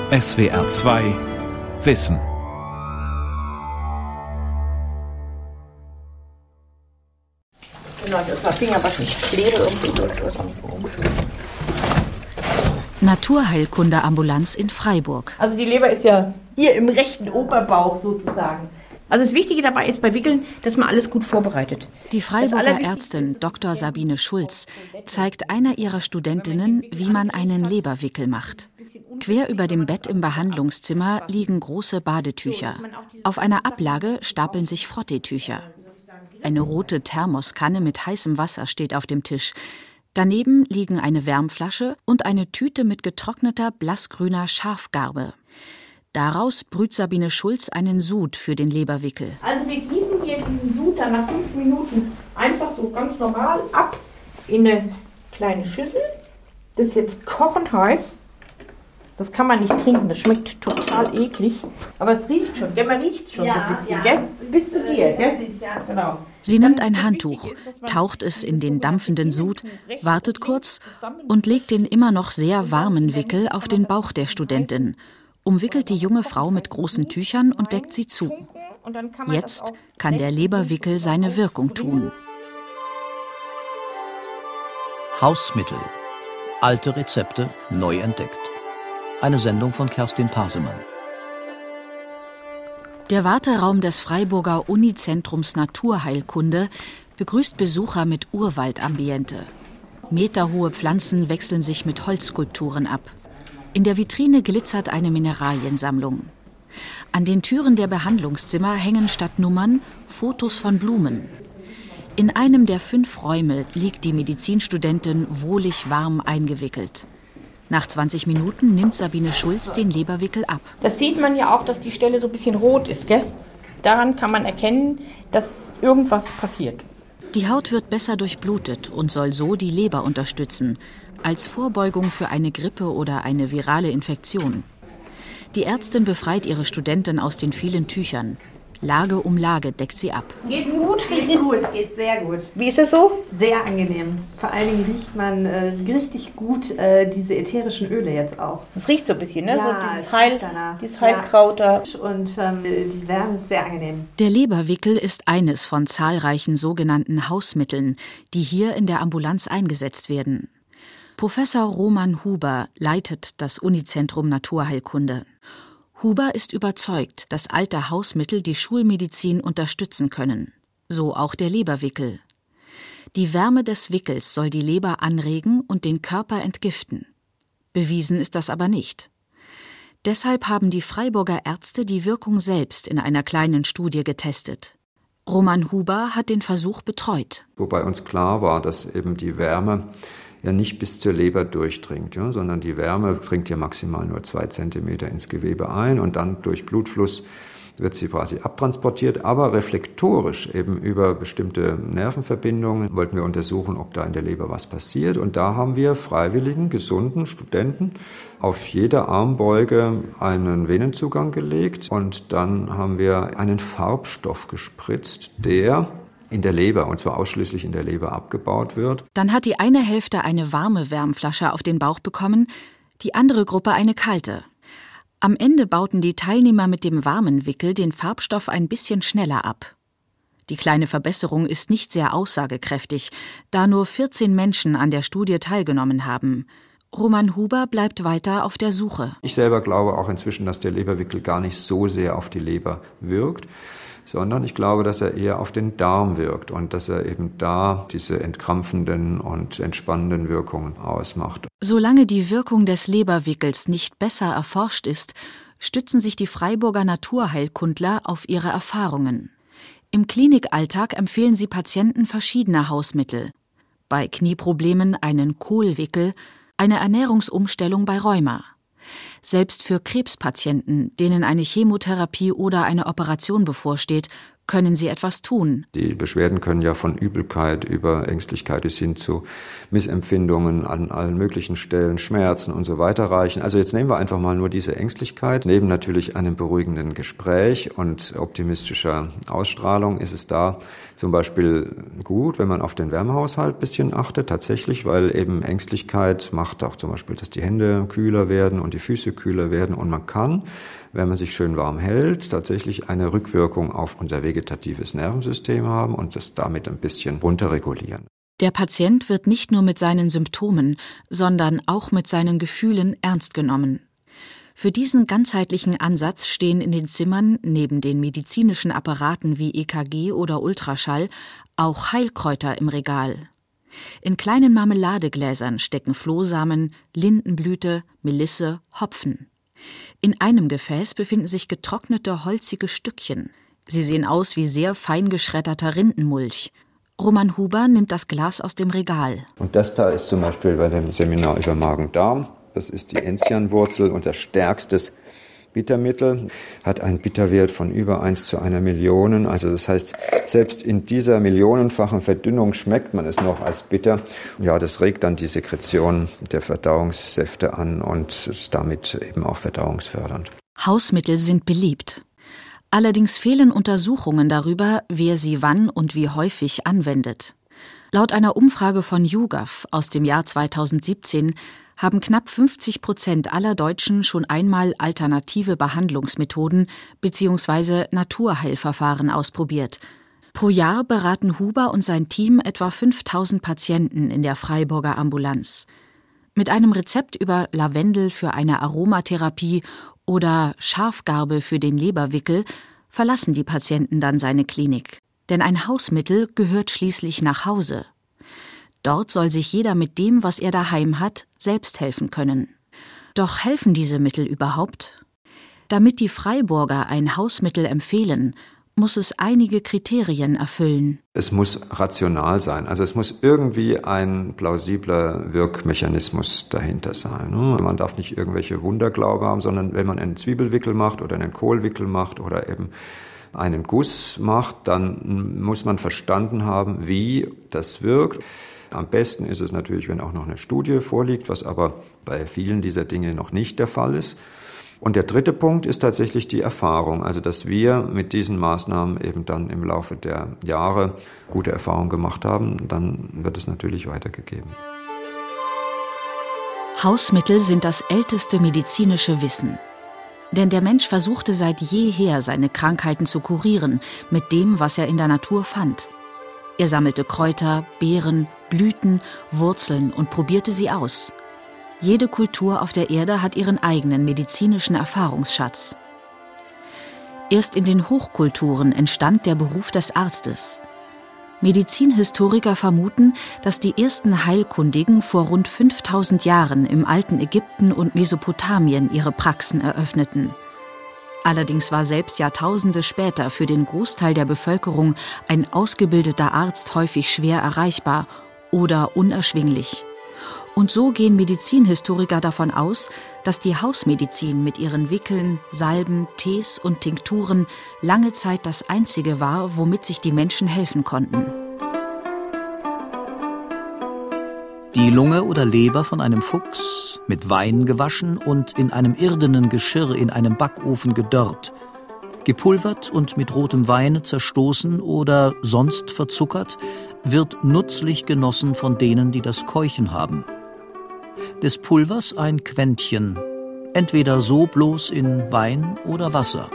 SWR 2 Wissen. Naturheilkunde-Ambulanz in Freiburg. Also die Leber ist ja hier im rechten Oberbauch sozusagen. Also das Wichtige dabei ist bei Wickeln, dass man alles gut vorbereitet. Die Freiburger Ärztin Dr. Sabine Schulz zeigt einer ihrer Studentinnen, wie man einen Leberwickel macht. Quer über dem Bett im Behandlungszimmer liegen große Badetücher. Auf einer Ablage stapeln sich Frotteetücher. Eine rote Thermoskanne mit heißem Wasser steht auf dem Tisch. Daneben liegen eine Wärmflasche und eine Tüte mit getrockneter blassgrüner Schafgarbe. Daraus brüht Sabine Schulz einen Sud für den Leberwickel. Also wir gießen hier diesen Sud dann nach 5 Minuten einfach so ganz normal ab in eine kleine Schüssel. Das ist jetzt kochend heiß. Das kann man nicht trinken, das schmeckt total eklig. Aber es riecht schon, man riecht schon so ein bisschen, gell? Bis zu dir, gell? Genau. Sie nimmt ein Handtuch, taucht es in den dampfenden Sud, wartet kurz und legt den immer noch sehr warmen Wickel auf den Bauch der Studentin, umwickelt die junge Frau mit großen Tüchern und deckt sie zu. Jetzt kann der Leberwickel seine Wirkung tun. Hausmittel. Alte Rezepte neu entdeckt. Eine Sendung von Kerstin Pasemann. Der Warteraum des Freiburger Unizentrums Naturheilkunde begrüßt Besucher mit Urwaldambiente. Meterhohe Pflanzen wechseln sich mit Holzskulpturen ab. In der Vitrine glitzert eine Mineraliensammlung. An den Türen der Behandlungszimmer hängen statt Nummern Fotos von Blumen. In einem der 5 Räume liegt die Medizinstudentin wohlig warm eingewickelt. Nach 20 Minuten nimmt Sabine Schulz den Leberwickel ab. Das sieht man ja auch, dass die Stelle so ein bisschen rot ist, gell? Daran kann man erkennen, dass irgendwas passiert. Die Haut wird besser durchblutet und soll so die Leber unterstützen, als Vorbeugung für eine Grippe oder eine virale Infektion. Die Ärztin befreit ihre Studentin aus den vielen Tüchern. Lage um Lage deckt sie ab. Geht's gut? Geht gut, geht sehr gut. Wie ist es so? Sehr angenehm. Vor allen Dingen riecht man richtig gut diese ätherischen Öle jetzt auch. Es riecht so ein bisschen, ne? Ja, So dieses Heilkraut da. Und die Wärme ist sehr angenehm. Der Leberwickel ist eines von zahlreichen sogenannten Hausmitteln, die hier in der Ambulanz eingesetzt werden. Professor Roman Huber leitet das Unizentrum Naturheilkunde. Huber ist überzeugt, dass alte Hausmittel die Schulmedizin unterstützen können. So auch der Leberwickel. Die Wärme des Wickels soll die Leber anregen und den Körper entgiften. Bewiesen ist das aber nicht. Deshalb haben die Freiburger Ärzte die Wirkung selbst in einer kleinen Studie getestet. Roman Huber hat den Versuch betreut. Wobei uns klar war, dass eben die Wärme ja nicht bis zur Leber durchdringt, ja, sondern die Wärme dringt ja maximal nur 2 Zentimeter ins Gewebe ein und dann durch Blutfluss wird sie quasi abtransportiert, aber reflektorisch eben über bestimmte Nervenverbindungen wollten wir untersuchen, ob da in der Leber was passiert. Und da haben wir freiwilligen, gesunden Studenten auf jeder Armbeuge einen Venenzugang gelegt und dann haben wir einen Farbstoff gespritzt, der in der Leber, und zwar ausschließlich in der Leber, abgebaut wird. Dann hat die eine Hälfte eine warme Wärmflasche auf den Bauch bekommen, die andere Gruppe eine kalte. Am Ende bauten die Teilnehmer mit dem warmen Wickel den Farbstoff ein bisschen schneller ab. Die kleine Verbesserung ist nicht sehr aussagekräftig, da nur 14 Menschen an der Studie teilgenommen haben. Roman Huber bleibt weiter auf der Suche. Ich selber glaube auch inzwischen, dass der Leberwickel gar nicht so sehr auf die Leber wirkt, sondern ich glaube, dass er eher auf den Darm wirkt und dass er eben da diese entkrampfenden und entspannenden Wirkungen ausmacht. Solange die Wirkung des Leberwickels nicht besser erforscht ist, stützen sich die Freiburger Naturheilkundler auf ihre Erfahrungen. Im Klinikalltag empfehlen sie Patienten verschiedene Hausmittel. Bei Knieproblemen einen Kohlwickel, eine Ernährungsumstellung bei Rheuma. Selbst für Krebspatienten, denen eine Chemotherapie oder eine Operation bevorsteht, Können sie etwas tun? Die Beschwerden können ja von Übelkeit über Ängstlichkeit bis hin zu Missempfindungen an allen möglichen Stellen, Schmerzen und so weiter reichen. Also jetzt nehmen wir einfach mal nur diese Ängstlichkeit. Neben natürlich einem beruhigenden Gespräch und optimistischer Ausstrahlung ist es da zum Beispiel gut, wenn man auf den Wärmehaushalt ein bisschen achtet, tatsächlich, weil eben Ängstlichkeit macht auch zum Beispiel, dass die Hände kühler werden und die Füße kühler werden. Und man kann, wenn man sich schön warm hält, tatsächlich eine Rückwirkung auf unser vegetatives Nervensystem haben und das damit ein bisschen runterregulieren. Der Patient wird nicht nur mit seinen Symptomen, sondern auch mit seinen Gefühlen ernst genommen. Für diesen ganzheitlichen Ansatz stehen in den Zimmern neben den medizinischen Apparaten wie EKG oder Ultraschall auch Heilkräuter im Regal. In kleinen Marmeladegläsern stecken Flohsamen, Lindenblüte, Melisse, Hopfen. In einem Gefäß befinden sich getrocknete, holzige Stückchen. Sie sehen aus wie sehr fein geschredderter Rindenmulch. Roman Huber nimmt das Glas aus dem Regal. Und das da ist zum Beispiel bei dem Seminar über Magen-Darm. Das ist die Enzianwurzel, unser stärkstes Bittermittel, hat einen Bitterwert von über 1:1 Million. Also das heißt, selbst in dieser millionenfachen Verdünnung schmeckt man es noch als bitter. Ja, das regt dann die Sekretion der Verdauungssäfte an und ist damit eben auch verdauungsfördernd. Hausmittel sind beliebt. Allerdings fehlen Untersuchungen darüber, wer sie wann und wie häufig anwendet. Laut einer Umfrage von YouGov aus dem Jahr 2017 haben knapp 50% aller Deutschen schon einmal alternative Behandlungsmethoden bzw. Naturheilverfahren ausprobiert. Pro Jahr beraten Huber und sein Team etwa 5000 Patienten in der Freiburger Ambulanz. Mit einem Rezept über Lavendel für eine Aromatherapie oder Schafgarbe für den Leberwickel verlassen die Patienten dann seine Klinik. Denn ein Hausmittel gehört schließlich nach Hause. Dort soll sich jeder mit dem, was er daheim hat, selbst helfen können. Doch helfen diese Mittel überhaupt? Damit die Freiburger ein Hausmittel empfehlen, muss es einige Kriterien erfüllen. Es muss rational sein, also es muss irgendwie ein plausibler Wirkmechanismus dahinter sein. Man darf nicht irgendwelche Wunderglaube haben, sondern wenn man einen Zwiebelwickel macht oder einen Kohlwickel macht oder eben einen Guss macht, dann muss man verstanden haben, wie das wirkt. Am besten ist es natürlich, wenn auch noch eine Studie vorliegt, was aber bei vielen dieser Dinge noch nicht der Fall ist. Und der dritte Punkt ist tatsächlich die Erfahrung, also dass wir mit diesen Maßnahmen eben dann im Laufe der Jahre gute Erfahrungen gemacht haben, dann wird es natürlich weitergegeben. Hausmittel sind das älteste medizinische Wissen. Denn der Mensch versuchte seit jeher, seine Krankheiten zu kurieren, mit dem, was er in der Natur fand. Er sammelte Kräuter, Beeren, Blüten, Wurzeln und probierte sie aus. Jede Kultur auf der Erde hat ihren eigenen medizinischen Erfahrungsschatz. Erst in den Hochkulturen entstand der Beruf des Arztes. Medizinhistoriker vermuten, dass die ersten Heilkundigen vor rund 5000 Jahren im alten Ägypten und Mesopotamien ihre Praxen eröffneten. Allerdings war selbst Jahrtausende später für den Großteil der Bevölkerung ein ausgebildeter Arzt häufig schwer erreichbar oder unerschwinglich. Und so gehen Medizinhistoriker davon aus, dass die Hausmedizin mit ihren Wickeln, Salben, Tees und Tinkturen lange Zeit das Einzige war, womit sich die Menschen helfen konnten. Die Lunge oder Leber von einem Fuchs, mit Wein gewaschen und in einem irdenen Geschirr in einem Backofen gedörrt, gepulvert und mit rotem Wein zerstoßen oder sonst verzuckert, wird nutzlich genossen von denen, die das Keuchen haben. Des Pulvers ein Quäntchen, entweder so bloß in Wein oder Wasser.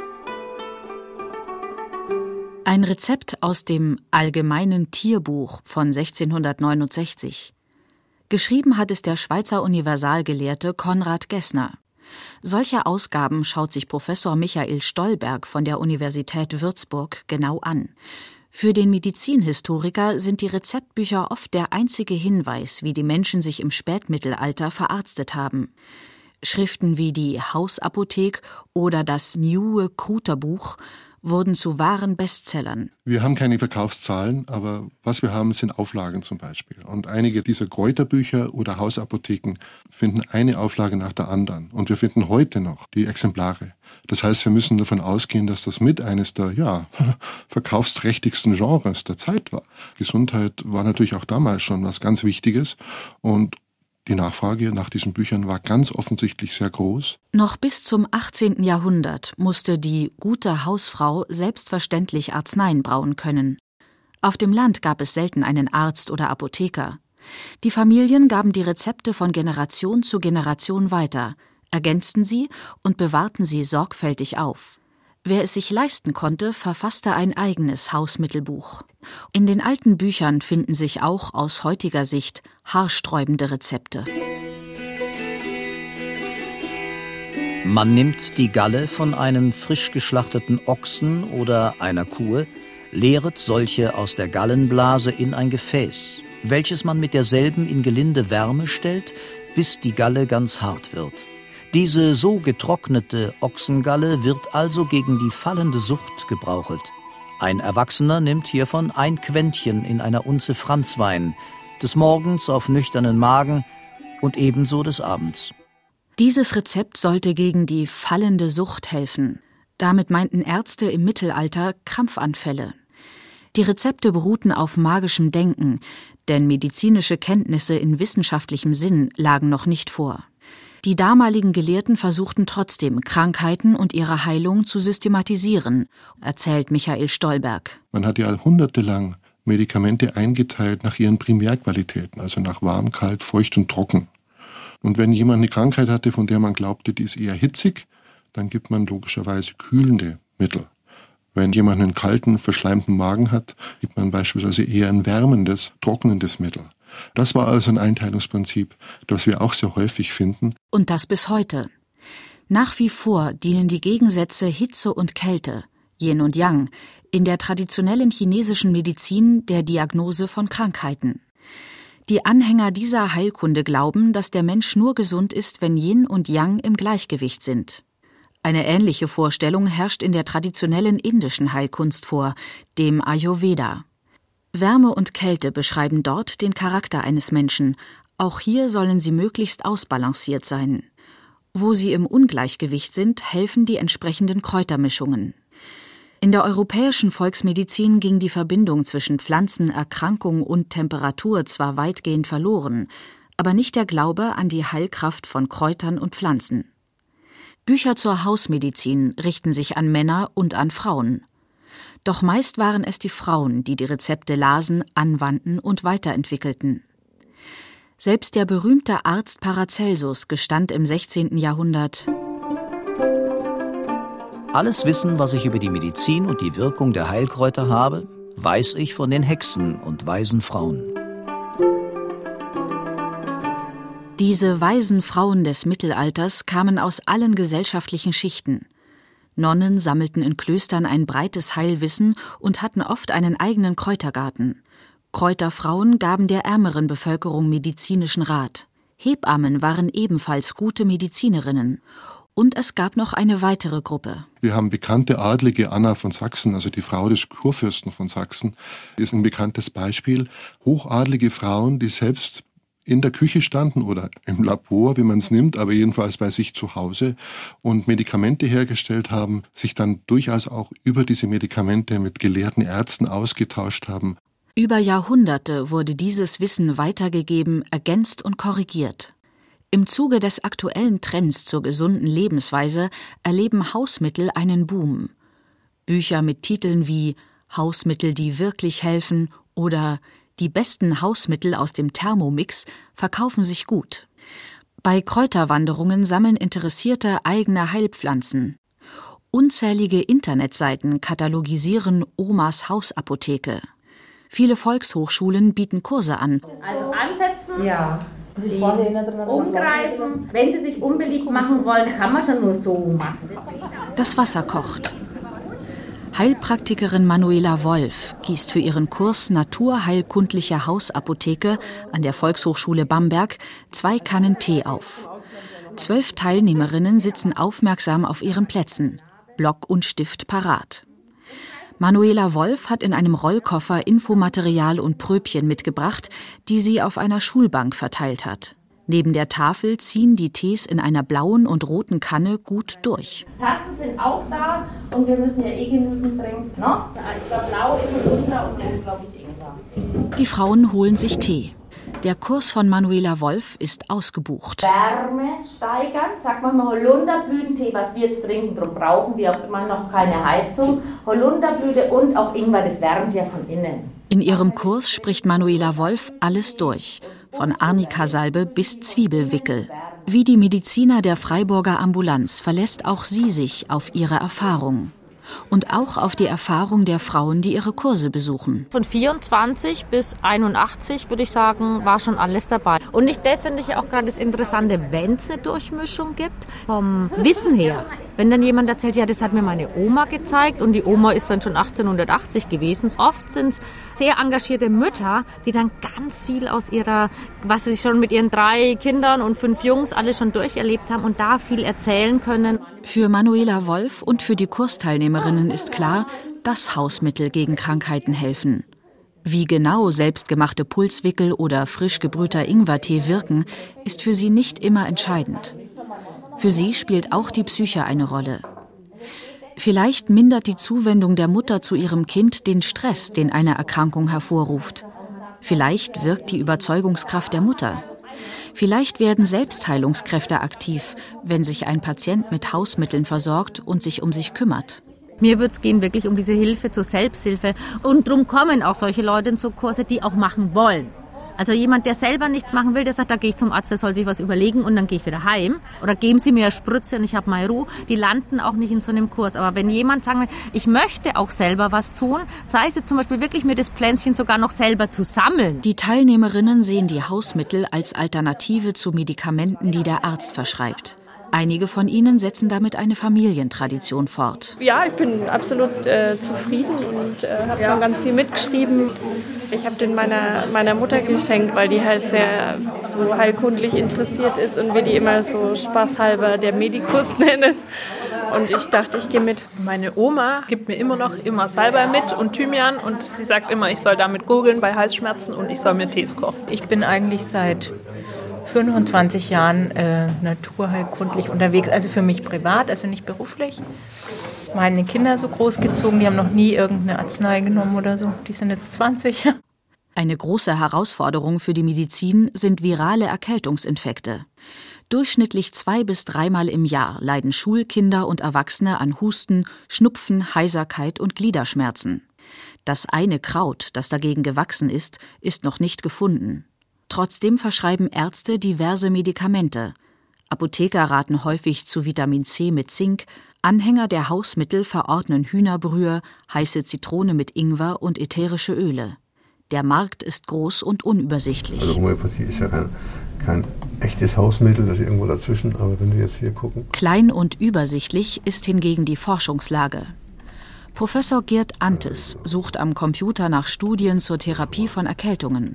Ein Rezept aus dem Allgemeinen Tierbuch von 1669. Geschrieben hat es der Schweizer Universalgelehrte Konrad Gessner. Solche Ausgaben schaut sich Professor Michael Stolberg von der Universität Würzburg genau an. Für den Medizinhistoriker sind die Rezeptbücher oft der einzige Hinweis, wie die Menschen sich im Spätmittelalter verarztet haben. Schriften wie die Hausapothek oder das Nieuwe Kruterbuch wurden zu wahren Bestsellern. Wir haben keine Verkaufszahlen, aber was wir haben, sind Auflagen zum Beispiel. Und einige dieser Kräuterbücher oder Hausapotheken finden eine Auflage nach der anderen. Und wir finden heute noch die Exemplare Das heißt, wir müssen davon ausgehen, dass das mit eines der verkaufsträchtigsten Genres der Zeit war. Gesundheit war natürlich auch damals schon was ganz Wichtiges und die Nachfrage nach diesen Büchern war ganz offensichtlich sehr groß. Noch bis zum 18. Jahrhundert musste die gute Hausfrau selbstverständlich Arzneien brauen können. Auf dem Land gab es selten einen Arzt oder Apotheker. Die Familien gaben die Rezepte von Generation zu Generation weiter, ergänzten sie und bewahrten sie sorgfältig auf. Wer es sich leisten konnte, verfasste ein eigenes Hausmittelbuch. In den alten Büchern finden sich auch aus heutiger Sicht haarsträubende Rezepte. Man nimmt die Galle von einem frisch geschlachteten Ochsen oder einer Kuh, leert solche aus der Gallenblase in ein Gefäß, welches man mit derselben in gelinde Wärme stellt, bis die Galle ganz hart wird. Diese so getrocknete Ochsengalle wird also gegen die fallende Sucht gebrauchet. Ein Erwachsener nimmt hiervon ein Quäntchen in einer Unze Franzwein, des Morgens auf nüchternen Magen und ebenso des Abends. Dieses Rezept sollte gegen die fallende Sucht helfen. Damit meinten Ärzte im Mittelalter Krampfanfälle. Die Rezepte beruhten auf magischem Denken, denn medizinische Kenntnisse in wissenschaftlichem Sinn lagen noch nicht vor. Die damaligen Gelehrten versuchten trotzdem, Krankheiten und ihre Heilung zu systematisieren, erzählt Michael Stolberg. Man hat jahrhundertelang Medikamente eingeteilt nach ihren Primärqualitäten, also nach warm, kalt, feucht und trocken. Und wenn jemand eine Krankheit hatte, von der man glaubte, die ist eher hitzig, dann gibt man logischerweise kühlende Mittel. Wenn jemand einen kalten, verschleimten Magen hat, gibt man beispielsweise eher ein wärmendes, trocknendes Mittel. Das war also ein Einteilungsprinzip, das wir auch sehr häufig finden. Und das bis heute. Nach wie vor dienen die Gegensätze Hitze und Kälte, Yin und Yang, in der traditionellen chinesischen Medizin der Diagnose von Krankheiten. Die Anhänger dieser Heilkunde glauben, dass der Mensch nur gesund ist, wenn Yin und Yang im Gleichgewicht sind. Eine ähnliche Vorstellung herrscht in der traditionellen indischen Heilkunst vor, dem Ayurveda. Wärme und Kälte beschreiben dort den Charakter eines Menschen. Auch hier sollen sie möglichst ausbalanciert sein. Wo sie im Ungleichgewicht sind, helfen die entsprechenden Kräutermischungen. In der europäischen Volksmedizin ging die Verbindung zwischen Pflanzenerkrankung und Temperatur zwar weitgehend verloren, aber nicht der Glaube an die Heilkraft von Kräutern und Pflanzen. Bücher zur Hausmedizin richten sich an Männer und an Frauen. Doch meist waren es die Frauen, die die Rezepte lasen, anwandten und weiterentwickelten. Selbst der berühmte Arzt Paracelsus gestand im 16. Jahrhundert: Alles Wissen, was ich über die Medizin und die Wirkung der Heilkräuter habe, weiß ich von den Hexen und weisen Frauen. Diese weisen Frauen des Mittelalters kamen aus allen gesellschaftlichen Schichten. Nonnen sammelten in Klöstern ein breites Heilwissen und hatten oft einen eigenen Kräutergarten. Kräuterfrauen gaben der ärmeren Bevölkerung medizinischen Rat. Hebammen waren ebenfalls gute Medizinerinnen. Und es gab noch eine weitere Gruppe. Wir haben bekannte Adlige, Anna von Sachsen, also die Frau des Kurfürsten von Sachsen, ist ein bekanntes Beispiel. Hochadlige Frauen, die selbst in der Küche standen oder im Labor, wie man es nimmt, aber jedenfalls bei sich zu Hause und Medikamente hergestellt haben, sich dann durchaus auch über diese Medikamente mit gelehrten Ärzten ausgetauscht haben. Über Jahrhunderte wurde dieses Wissen weitergegeben, ergänzt und korrigiert. Im Zuge des aktuellen Trends zur gesunden Lebensweise erleben Hausmittel einen Boom. Bücher mit Titeln wie »Hausmittel, die wirklich helfen« oder »Die besten Hausmittel aus dem Thermomix« verkaufen sich gut. Bei Kräuterwanderungen sammeln Interessierte eigene Heilpflanzen. Unzählige Internetseiten katalogisieren Omas Hausapotheke. Viele Volkshochschulen bieten Kurse an. Also ansetzen, ja. Umgreifen. Wenn Sie sich unbeliebt machen wollen, kann man schon nur so machen. Das Wasser kocht. Heilpraktikerin Manuela Wolf gießt für ihren Kurs Naturheilkundliche Hausapotheke an der Volkshochschule Bamberg 2 Kannen Tee auf. 12 Teilnehmerinnen sitzen aufmerksam auf ihren Plätzen, Block und Stift parat. Manuela Wolf hat in einem Rollkoffer Infomaterial und Pröbchen mitgebracht, die sie auf einer Schulbank verteilt hat. Neben der Tafel ziehen die Tees in einer blauen und roten Kanne gut durch. Tassen sind auch da und wir müssen ja genügend trinken. Ne? Ich glaube, blau ist ein Wunder und rot, glaube ich, Ingwer. Die Frauen holen sich Tee. Der Kurs von Manuela Wolf ist ausgebucht. Wärme steigern, sag mal Holunderblütentee, was wir jetzt trinken, darum brauchen wir auch immer noch keine Heizung. Holunderblüte und auch Ingwer, das wärmt ja von innen. In ihrem Kurs spricht Manuela Wolf alles durch, von Arnika-Salbe bis Zwiebelwickel. Wie die Mediziner der Freiburger Ambulanz verlässt auch sie sich auf ihre Erfahrung. Und auch auf die Erfahrung der Frauen, die ihre Kurse besuchen. Von 24 bis 81, würde ich sagen, war schon alles dabei. Und das finde ich auch gerade das Interessante, wenn es eine Durchmischung gibt, vom Wissen her. Wenn dann jemand erzählt, ja, das hat mir meine Oma gezeigt und die Oma ist dann schon 1880 gewesen. Oft sind es sehr engagierte Mütter, die dann ganz viel aus ihrer, was sie schon mit ihren 3 Kindern und 5 Jungs alle schon durcherlebt haben und da viel erzählen können. Für Manuela Wolf und für die Kursteilnehmerinnen ist klar, dass Hausmittel gegen Krankheiten helfen. Wie genau selbstgemachte Pulswickel oder frisch gebrühter Ingwertee wirken, ist für sie nicht immer entscheidend. Für sie spielt auch die Psyche eine Rolle. Vielleicht mindert die Zuwendung der Mutter zu ihrem Kind den Stress, den eine Erkrankung hervorruft. Vielleicht wirkt die Überzeugungskraft der Mutter. Vielleicht werden Selbstheilungskräfte aktiv, wenn sich ein Patient mit Hausmitteln versorgt und sich um sich kümmert. Mir würde es gehen wirklich um diese Hilfe zur Selbsthilfe. Und darum kommen auch solche Leute zu Kurse, die auch machen wollen. Also jemand, der selber nichts machen will, der sagt, da gehe ich zum Arzt, der soll sich was überlegen und dann gehe ich wieder heim. Oder geben Sie mir eine Spritze und ich habe meine Ruhe. Die landen auch nicht in so einem Kurs. Aber wenn jemand sagen will, ich möchte auch selber was tun, sei es jetzt zum Beispiel wirklich mir das Pflänzchen sogar noch selber zu sammeln. Die Teilnehmerinnen sehen die Hausmittel als Alternative zu Medikamenten, die der Arzt verschreibt. Einige von ihnen setzen damit eine Familientradition fort. Ja, ich bin absolut zufrieden und habe schon ganz viel mitgeschrieben. Ich habe den meiner Mutter geschenkt, weil die halt sehr so heilkundlich interessiert ist und wir die immer so spaßhalber der Medikus nennen. Und ich dachte, ich gehe mit. Meine Oma gibt mir immer Salbei mit und Thymian und sie sagt immer, ich soll damit gurgeln bei Halsschmerzen und ich soll mir Tees kochen. Ich bin eigentlich seit 25 Jahren naturheilkundlich unterwegs, also für mich privat, also nicht beruflich. Meine Kinder so großgezogen, die haben noch nie irgendeine Arznei genommen oder so, die sind jetzt 20. Eine große Herausforderung für die Medizin sind virale Erkältungsinfekte. Durchschnittlich 2- bis 3-mal im Jahr leiden Schulkinder und Erwachsene an Husten, Schnupfen, Heiserkeit und Gliederschmerzen. Das eine Kraut, das dagegen gewachsen ist, ist noch nicht gefunden. Trotzdem verschreiben Ärzte diverse Medikamente. Apotheker raten häufig zu Vitamin C mit Zink, Anhänger der Hausmittel verordnen Hühnerbrühe, heiße Zitrone mit Ingwer und ätherische Öle. Der Markt ist groß und unübersichtlich. Also Homöopathie ist ja kein echtes Hausmittel, das ist irgendwo dazwischen, aber wenn wir jetzt hier gucken. Klein und übersichtlich ist hingegen die Forschungslage. Professor Gerd Antes sucht am Computer nach Studien zur Therapie von Erkältungen.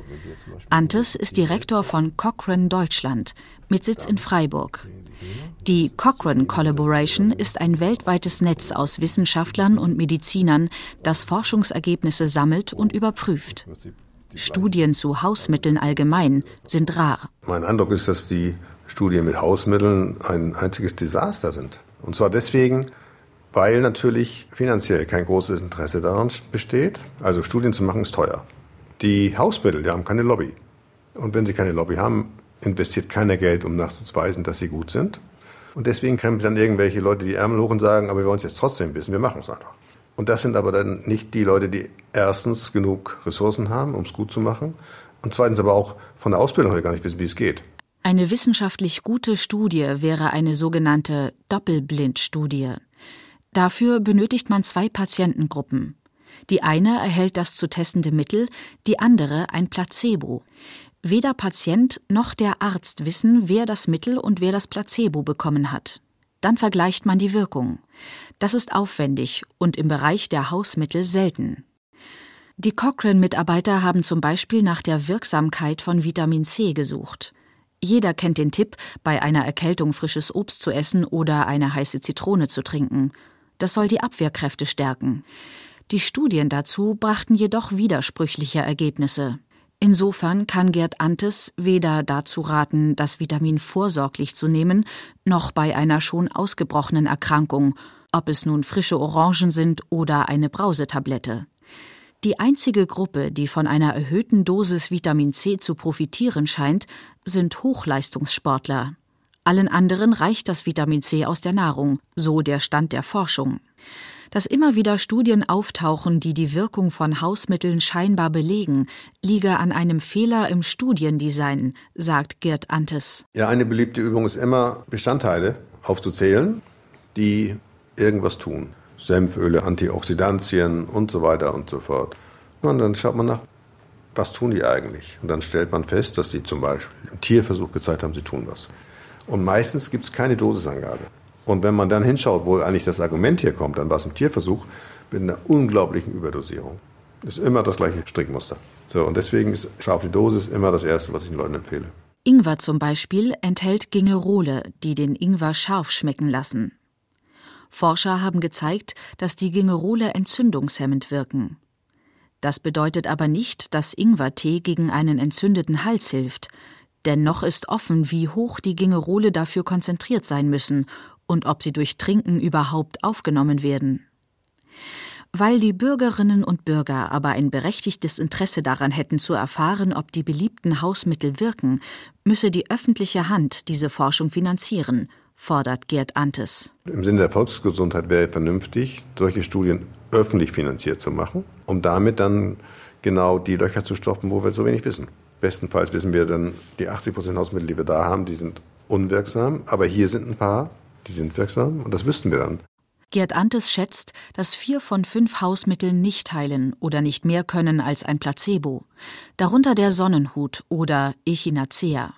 Antes ist Direktor von Cochrane Deutschland mit Sitz in Freiburg. Die Cochrane Collaboration ist ein weltweites Netz aus Wissenschaftlern und Medizinern, das Forschungsergebnisse sammelt und überprüft. Studien zu Hausmitteln allgemein sind rar. Mein Eindruck ist, dass die Studien mit Hausmitteln ein einziges Desaster sind. Und zwar deswegen, weil natürlich finanziell kein großes Interesse daran besteht. Also Studien zu machen ist teuer. Die Hausmittel, die haben keine Lobby. Und wenn sie keine Lobby haben, investiert keiner Geld, um nachzuweisen, dass sie gut sind. Und deswegen können dann irgendwelche Leute die Ärmel hoch und sagen, aber wir wollen es jetzt trotzdem wissen, wir machen es einfach. Und das sind aber dann nicht die Leute, die erstens genug Ressourcen haben, um es gut zu machen, und zweitens aber auch von der Ausbildung her gar nicht wissen, wie es geht. Eine wissenschaftlich gute Studie wäre eine sogenannte Doppelblindstudie. Dafür benötigt man 2 Patientengruppen. Die eine erhält das zu testende Mittel, die andere ein Placebo. Weder Patient noch der Arzt wissen, wer das Mittel und wer das Placebo bekommen hat. Dann vergleicht man die Wirkung. Das ist aufwendig und im Bereich der Hausmittel selten. Die Cochrane-Mitarbeiter haben zum Beispiel nach der Wirksamkeit von Vitamin C gesucht. Jeder kennt den Tipp, bei einer Erkältung frisches Obst zu essen oder eine heiße Zitrone zu trinken. Das soll die Abwehrkräfte stärken. Die Studien dazu brachten jedoch widersprüchliche Ergebnisse. Insofern kann Gerd Antes weder dazu raten, das Vitamin vorsorglich zu nehmen, noch bei einer schon ausgebrochenen Erkrankung, ob es nun frische Orangen sind oder eine Brausetablette. Die einzige Gruppe, die von einer erhöhten Dosis Vitamin C zu profitieren scheint, sind Hochleistungssportler. Allen anderen reicht das Vitamin C aus der Nahrung, so der Stand der Forschung. Dass immer wieder Studien auftauchen, die die Wirkung von Hausmitteln scheinbar belegen, liege an einem Fehler im Studiendesign, sagt Gerd Antes. Ja, eine beliebte Übung ist immer, Bestandteile aufzuzählen, die irgendwas tun. Senföle, Antioxidantien und so weiter und so fort. Und dann schaut man nach, was tun die eigentlich? Und dann stellt man fest, dass die zum Beispiel im Tierversuch gezeigt haben, sie tun was. Und meistens gibt es keine Dosisangabe. Und wenn man dann hinschaut, wo eigentlich das Argument hier kommt, dann war es ein Tierversuch mit einer unglaublichen Überdosierung. Das ist immer das gleiche Strickmuster. So, und deswegen ist scharfe Dosis immer das Erste, was ich den Leuten empfehle. Ingwer zum Beispiel enthält Gingerole, die den Ingwer scharf schmecken lassen. Forscher haben gezeigt, dass die Gingerole entzündungshemmend wirken. Das bedeutet aber nicht, dass Ingwertee gegen einen entzündeten Hals hilft. Denn noch ist offen, wie hoch die Gingerole dafür konzentriert sein müssen und ob sie durch Trinken überhaupt aufgenommen werden. Weil die Bürgerinnen und Bürger aber ein berechtigtes Interesse daran hätten zu erfahren, ob die beliebten Hausmittel wirken, müsse die öffentliche Hand diese Forschung finanzieren, fordert Gerd Antes. Im Sinne der Volksgesundheit wäre es vernünftig, solche Studien öffentlich finanziert zu machen, um damit dann genau die Löcher zu stopfen, wo wir so wenig wissen. Bestenfalls wissen wir dann, die 80% Hausmittel, die wir da haben, die sind unwirksam, aber hier sind ein paar, die sind wirksam und das wüssten wir dann. Gerd Antes schätzt, dass 4 von 5 Hausmitteln nicht heilen oder nicht mehr können als ein Placebo, darunter der Sonnenhut oder Echinacea.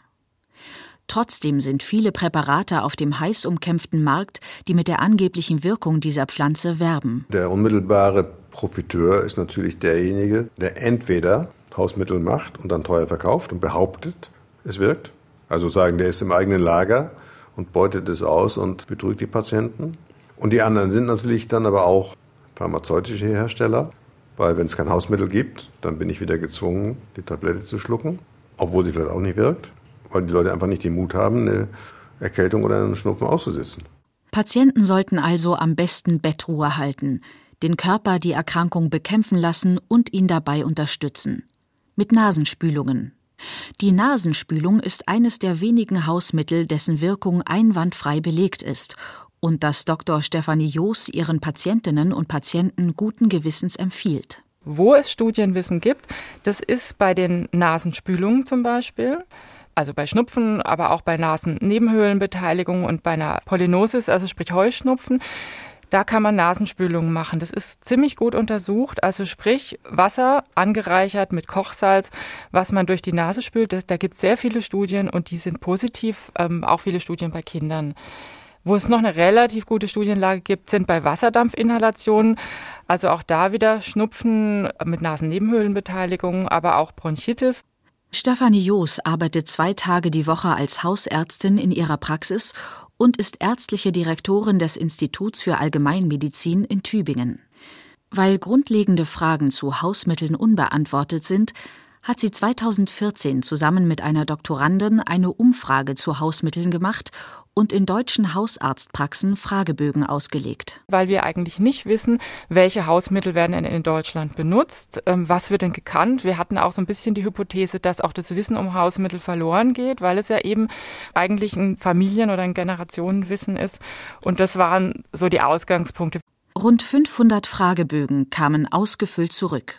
Trotzdem sind viele Präparate auf dem heiß umkämpften Markt, die mit der angeblichen Wirkung dieser Pflanze werben. Der unmittelbare Profiteur ist natürlich derjenige, der entweder Hausmittel macht und dann teuer verkauft und behauptet, es wirkt. Also sagen, der ist im eigenen Lager und beutet es aus und betrügt die Patienten. Und die anderen sind natürlich dann aber auch pharmazeutische Hersteller, weil wenn es kein Hausmittel gibt, dann bin ich wieder gezwungen, die Tablette zu schlucken, obwohl sie vielleicht auch nicht wirkt, weil die Leute einfach nicht den Mut haben, eine Erkältung oder einen Schnupfen auszusitzen. Patienten sollten also am besten Bettruhe halten, den Körper die Erkrankung bekämpfen lassen und ihn dabei unterstützen. Mit Nasenspülungen. Die Nasenspülung ist eines der wenigen Hausmittel, dessen Wirkung einwandfrei belegt ist und das Dr. Stefanie Joos ihren Patientinnen und Patienten guten Gewissens empfiehlt. Wo es Studienwissen gibt, das ist bei den Nasenspülungen zum Beispiel, also bei Schnupfen, aber auch bei Nasennebenhöhlenbeteiligung und bei einer Pollinosis, also sprich Heuschnupfen. Da kann man Nasenspülungen machen. Das ist ziemlich gut untersucht, also sprich Wasser angereichert mit Kochsalz, was man durch die Nase spült. Da gibt es sehr viele Studien und die sind positiv, auch viele Studien bei Kindern. Wo es noch eine relativ gute Studienlage gibt, sind bei Wasserdampfinhalationen. Also auch da wieder Schnupfen mit Nasennebenhöhlenbeteiligung, aber auch Bronchitis. Stefanie Joos arbeitet 2 Tage die Woche als Hausärztin in ihrer Praxis und ist ärztliche Direktorin des Instituts für Allgemeinmedizin in Tübingen. Weil grundlegende Fragen zu Hausmitteln unbeantwortet sind, hat sie 2014 zusammen mit einer Doktorandin eine Umfrage zu Hausmitteln gemacht und in deutschen Hausarztpraxen Fragebögen ausgelegt. Weil wir eigentlich nicht wissen, welche Hausmittel werden in Deutschland benutzt, was wird denn gekannt. Wir hatten auch so ein bisschen die Hypothese, dass auch das Wissen um Hausmittel verloren geht, weil es ja eben eigentlich ein Familien- oder ein Generationenwissen ist. Und das waren so die Ausgangspunkte. Rund 500 Fragebögen kamen ausgefüllt zurück.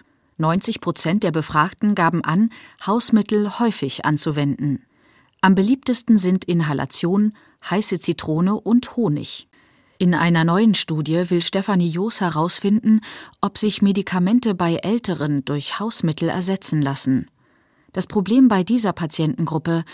90% der Befragten gaben an, Hausmittel häufig anzuwenden. Am beliebtesten sind Inhalation, heiße Zitrone und Honig. In einer neuen Studie will Stefanie Joos herausfinden, ob sich Medikamente bei Älteren durch Hausmittel ersetzen lassen. Das Problem bei dieser Patientengruppe: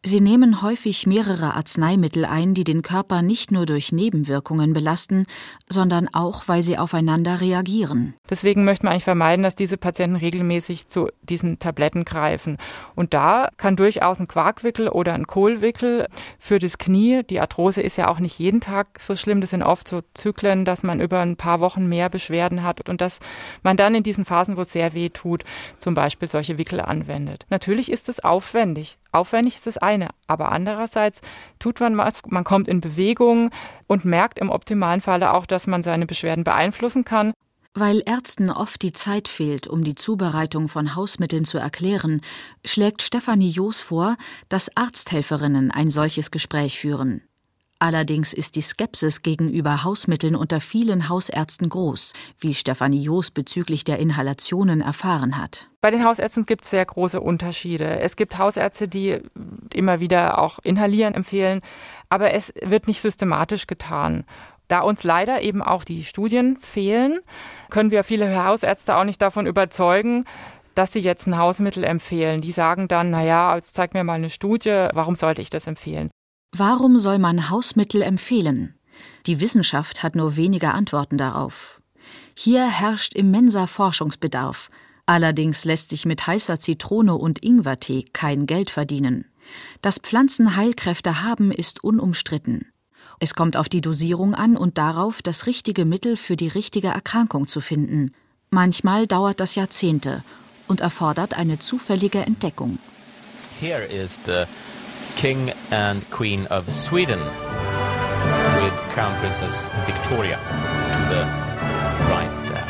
Sie nehmen häufig mehrere Arzneimittel ein, die den Körper nicht nur durch Nebenwirkungen belasten, sondern auch, weil sie aufeinander reagieren. Deswegen möchte man eigentlich vermeiden, dass diese Patienten regelmäßig zu diesen Tabletten greifen. Und da kann durchaus ein Quarkwickel oder ein Kohlwickel für das Knie, die Arthrose ist ja auch nicht jeden Tag so schlimm, das sind oft so Zyklen, dass man über ein paar Wochen mehr Beschwerden hat und dass man dann in diesen Phasen, wo es sehr weh tut, zum Beispiel solche Wickel anwendet. Natürlich ist es aufwendig. Aufwendig ist das eine, aber andererseits tut man was, man kommt in Bewegung und merkt im optimalen Falle auch, dass man seine Beschwerden beeinflussen kann. Weil Ärzten oft die Zeit fehlt, um die Zubereitung von Hausmitteln zu erklären, schlägt Stefanie Joos vor, dass Arzthelferinnen ein solches Gespräch führen. Allerdings ist die Skepsis gegenüber Hausmitteln unter vielen Hausärzten groß, wie Stefanie Joos bezüglich der Inhalationen erfahren hat. Bei den Hausärzten gibt es sehr große Unterschiede. Es gibt Hausärzte, die immer wieder auch Inhalieren empfehlen, aber es wird nicht systematisch getan. Da uns leider eben auch die Studien fehlen, können wir viele Hausärzte auch nicht davon überzeugen, dass sie jetzt ein Hausmittel empfehlen. Die sagen dann, naja, jetzt zeig mir mal eine Studie, warum sollte ich das empfehlen? Warum soll man Hausmittel empfehlen? Die Wissenschaft hat nur wenige Antworten darauf. Hier herrscht immenser Forschungsbedarf. Allerdings lässt sich mit heißer Zitrone und Ingwertee kein Geld verdienen. Dass Pflanzen Heilkräfte haben, ist unumstritten. Es kommt auf die Dosierung an und darauf, das richtige Mittel für die richtige Erkrankung zu finden. Manchmal dauert das Jahrzehnte und erfordert eine zufällige Entdeckung. Here is the King and Queen of Sweden with Crown Princess Victoria to the right there.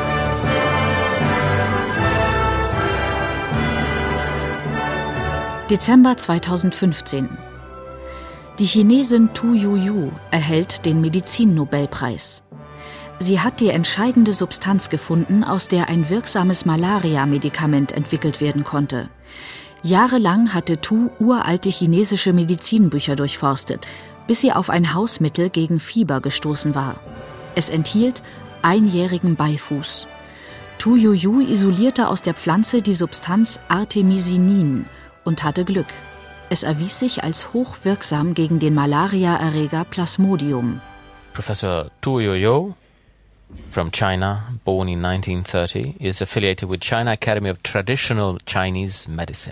Dezember 2015. Die Chinesin Tu Youyou erhält den Medizinnobelpreis. Sie hat die entscheidende Substanz gefunden, aus der ein wirksames Malaria-Medikament entwickelt werden konnte. Jahrelang hatte Tu uralte chinesische Medizinbücher durchforstet, bis sie auf ein Hausmittel gegen Fieber gestoßen war. Es enthielt einjährigen Beifuß. Tu Youyou isolierte aus der Pflanze die Substanz Artemisinin und hatte Glück. Es erwies sich als hochwirksam gegen den Malariaerreger Plasmodium. Professor Tu Youyou from China, born in 1930, is affiliated with China Academy of Traditional Chinese Medicine.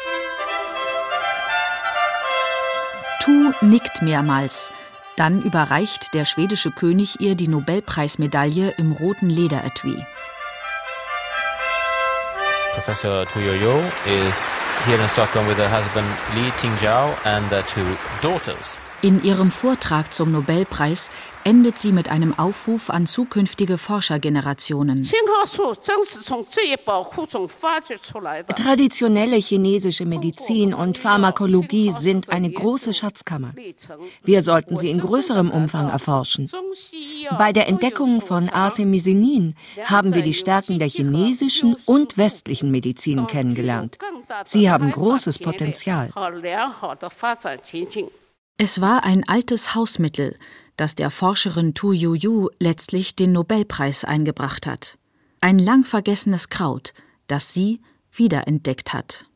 Tu nickt mehrmals. Dann überreicht der schwedische König ihr die Nobelpreismedaille im roten Lederetui. Professor Tu Youyou is here in Stockholm with her husband Li Tingzhao and their two daughters. In ihrem Vortrag zum Nobelpreis endet sie mit einem Aufruf an zukünftige Forschergenerationen. Traditionelle chinesische Medizin und Pharmakologie sind eine große Schatzkammer. Wir sollten sie in größerem Umfang erforschen. Bei der Entdeckung von Artemisinin haben wir die Stärken der chinesischen und westlichen Medizin kennengelernt. Sie haben großes Potenzial. Es war ein altes Hausmittel, das der Forscherin Tu Youyou letztlich den Nobelpreis eingebracht hat. Ein lang vergessenes Kraut, das sie wiederentdeckt hat.